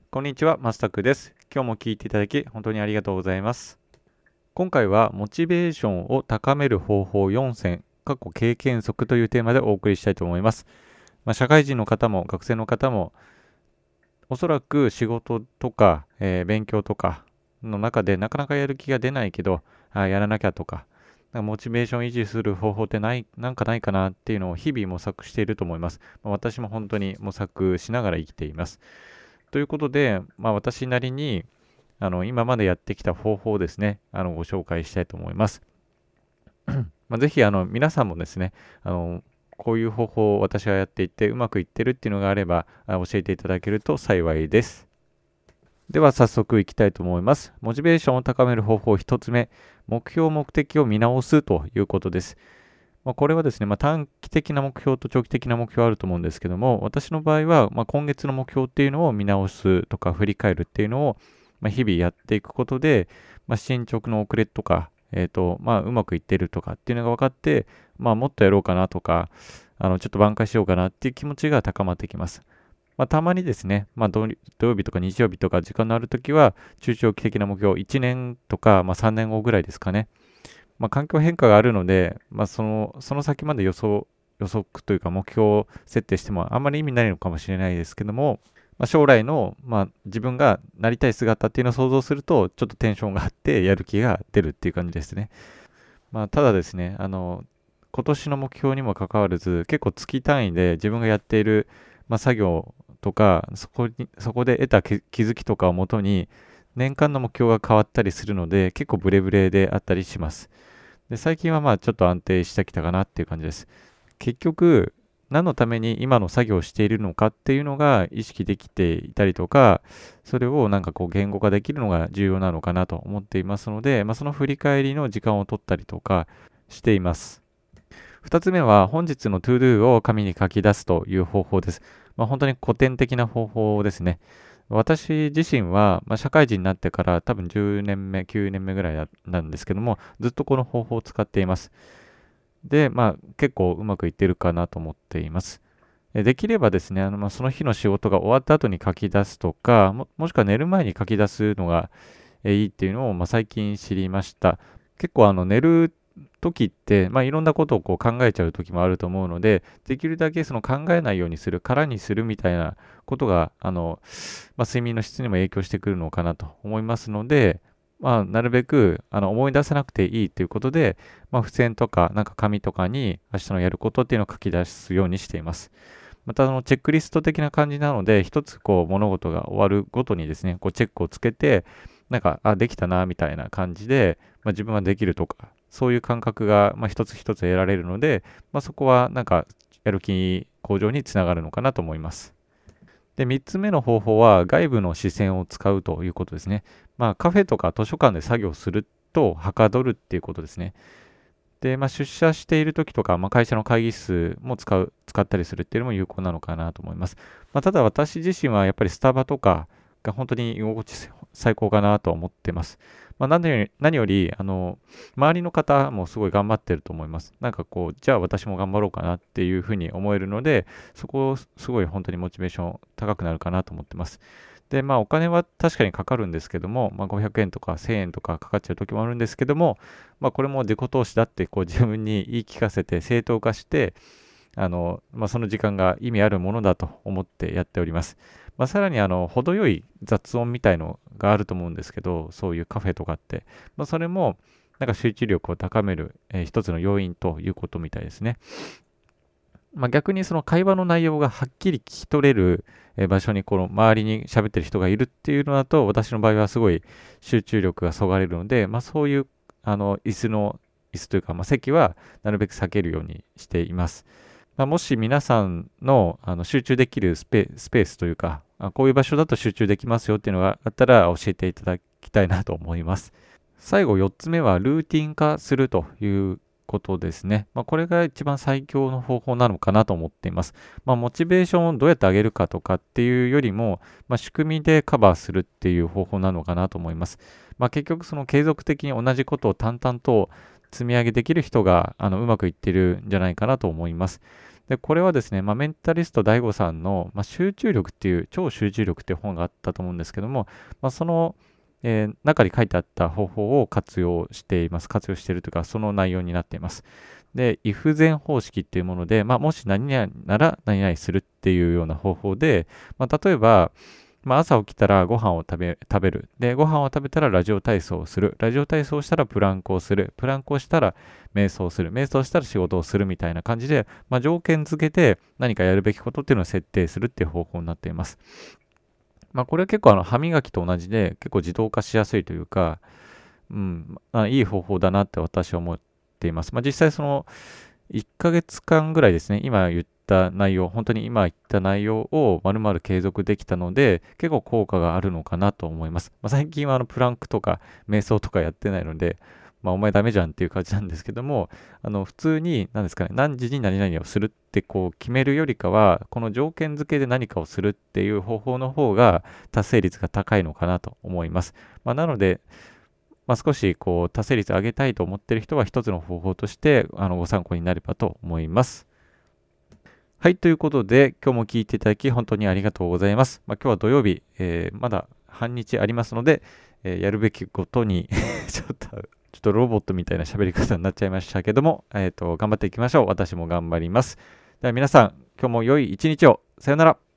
こんにちは、マスタクです。今日も聞いていただき本当にありがとうございます。今回はモチベーションを高める方法4選、経験則というテーマでお送りしたいと思います。社会人の方も学生の方もおそらく仕事とか、勉強とかの中でなかなかやる気が出ないけど、やらなきゃとか、モチベーション維持する方法ってなんかないかなっていうのを日々模索していると思います。私も本当に模索しながら生きています。ということで、私なりに今までやってきた方法をですね、ご紹介したいと思います。ぜひ皆さんもですね、こういう方法を私はやっていてうまくいってるっていうのがあれば教えていただけると幸いです。では早速いきたいと思います。モチベーションを高める方法1つ目、目標目的を見直すということです。これはですね、短期的な目標と長期的な目標あると思うんですけども、私の場合は、今月の目標っていうのを見直すとか振り返るっていうのを、日々やっていくことで、進捗の遅れとか、うまくいってるとかっていうのが分かって、もっとやろうかなとか、ちょっと挽回しようかなっていう気持ちが高まってきます。たまにですね、土曜日とか日曜日とか時間のあるときは、中長期的な目標、1年とか、3年後ぐらいですかね。環境変化があるので、その先まで予測というか目標設定してもあんまり意味ないのかもしれないですけども、将来の、自分がなりたい姿っていうのを想像すると、ちょっとテンションがあってやる気が出るっていう感じですね。ただですね、今年の目標にもかかわらず、結構月単位で自分がやっている、作業とか、そこで得た気づきとかをもとに、年間の目標が変わったりするので、結構ブレブレであったりします。で、最近はちょっと安定してきたかなっていう感じです。結局、何のために今の作業をしているのかっていうのが意識できていたりとか、それを言語化できるのが重要なのかなと思っていますので、その振り返りの時間を取ったりとかしています。二つ目は本日の To Do を紙に書き出すという方法です。本当に古典的な方法ですね。私自身は、社会人になってから多分10年目、9年目ぐらいなんですけども、ずっとこの方法を使っています。で、結構うまくいってるかなと思っています。できればですね、その日の仕事が終わった後に書き出すとか、もしくは寝る前に書き出すのがいいっていうのを、最近知りました。結構寝る時って、いろんなことを考えちゃう時もあると思うので、できるだけその考えないようにする、空にするみたいなことが、睡眠の質にも影響してくるのかなと思いますので、なるべく思い出さなくていいということで、付箋とか紙とかに明日のやることっていうのを書き出すようにしています。またチェックリスト的な感じなので、一つ物事が終わるごとにですね、チェックをつけて、できたなみたいな感じで、自分はできるとか、そういう感覚が一つ一つ得られるので、そこはやる気向上につながるのかなと思います。で、3つ目の方法は外部の視線を使うということですね。カフェとか図書館で作業するとはかどるっていうことですね。で、出社している時とか、会社の会議室も使ったりするっていうのも有効なのかなと思います。ただ私自身はやっぱりスタバとかが本当に居心地最高かなと思ってます。何より、周りの方もすごい頑張ってると思います。じゃあ私も頑張ろうかなっていうふうに思えるので、そこすごい本当にモチベーション高くなるかなと思ってます。で、お金は確かにかかるんですけども、500円とか1000円とかかかっちゃう時もあるんですけども、これも自己投資だって自分に言い聞かせて正当化して、その時間が意味あるものだと思ってやっております。さらに程よい雑音みたいのがあると思うんですけど、そういうカフェとかって、それも集中力を高める、一つの要因ということみたいですね。逆にその会話の内容がはっきり聞き取れる場所に周りに喋ってる人がいるっていうのだと、私の場合はすごい集中力がそがれるので、そういう椅子というか、席はなるべく避けるようにしています。もし皆さんの集中できるスペースというか、こういう場所だと集中できますよっていうのがあったら教えていただきたいなと思います。最後4つ目はルーティン化するということですね。これが一番最強の方法なのかなと思っています。モチベーションをどうやって上げるかとかっていうよりも、仕組みでカバーするっていう方法なのかなと思います。結局その継続的に同じことを淡々と積み上げできる人がうまくいってるんじゃないかなと思います。 で、これはですね、メンタリスト DAIGO さんの、集中力っていう、超集中力っていう本があったと思うんですけども、その、中に書いてあった方法を活用しています。活用しているというか、その内容になっています。で、if then 方式っていうもので、もし何々なら何々するっていうような方法で、例えば、朝起きたらご飯を食べる。で、ご飯を食べたらラジオ体操をする。ラジオ体操をしたらプランクをする。プランクをしたら瞑想をする。瞑想をしたら仕事をするみたいな感じで、条件付けて何かやるべきことっていうのを設定するっていう方法になっています。これは結構歯磨きと同じで結構自動化しやすいというか、いい方法だなって私は思っています。実際その1ヶ月間ぐらいですね、今言った内容、本当に今言った内容を丸々継続できたので、結構効果があるのかなと思います。最近はプランクとか瞑想とかやってないので、お前ダメじゃんっていう感じなんですけども、普通に、何ですかね、何時に何々をするってこう決めるよりかは、この条件付けで何かをするっていう方法の方が達成率が高いのかなと思います。なので、少しこう達成率上げたいと思っている人は一つの方法としてご参考になればと思います。はい、ということで今日も聞いていただき本当にありがとうございます。今日は土曜日、まだ半日ありますので、やるべきことにちょっとロボットみたいな喋り方になっちゃいましたけども、頑張っていきましょう。私も頑張ります。では皆さん、今日も良い一日を。さよなら。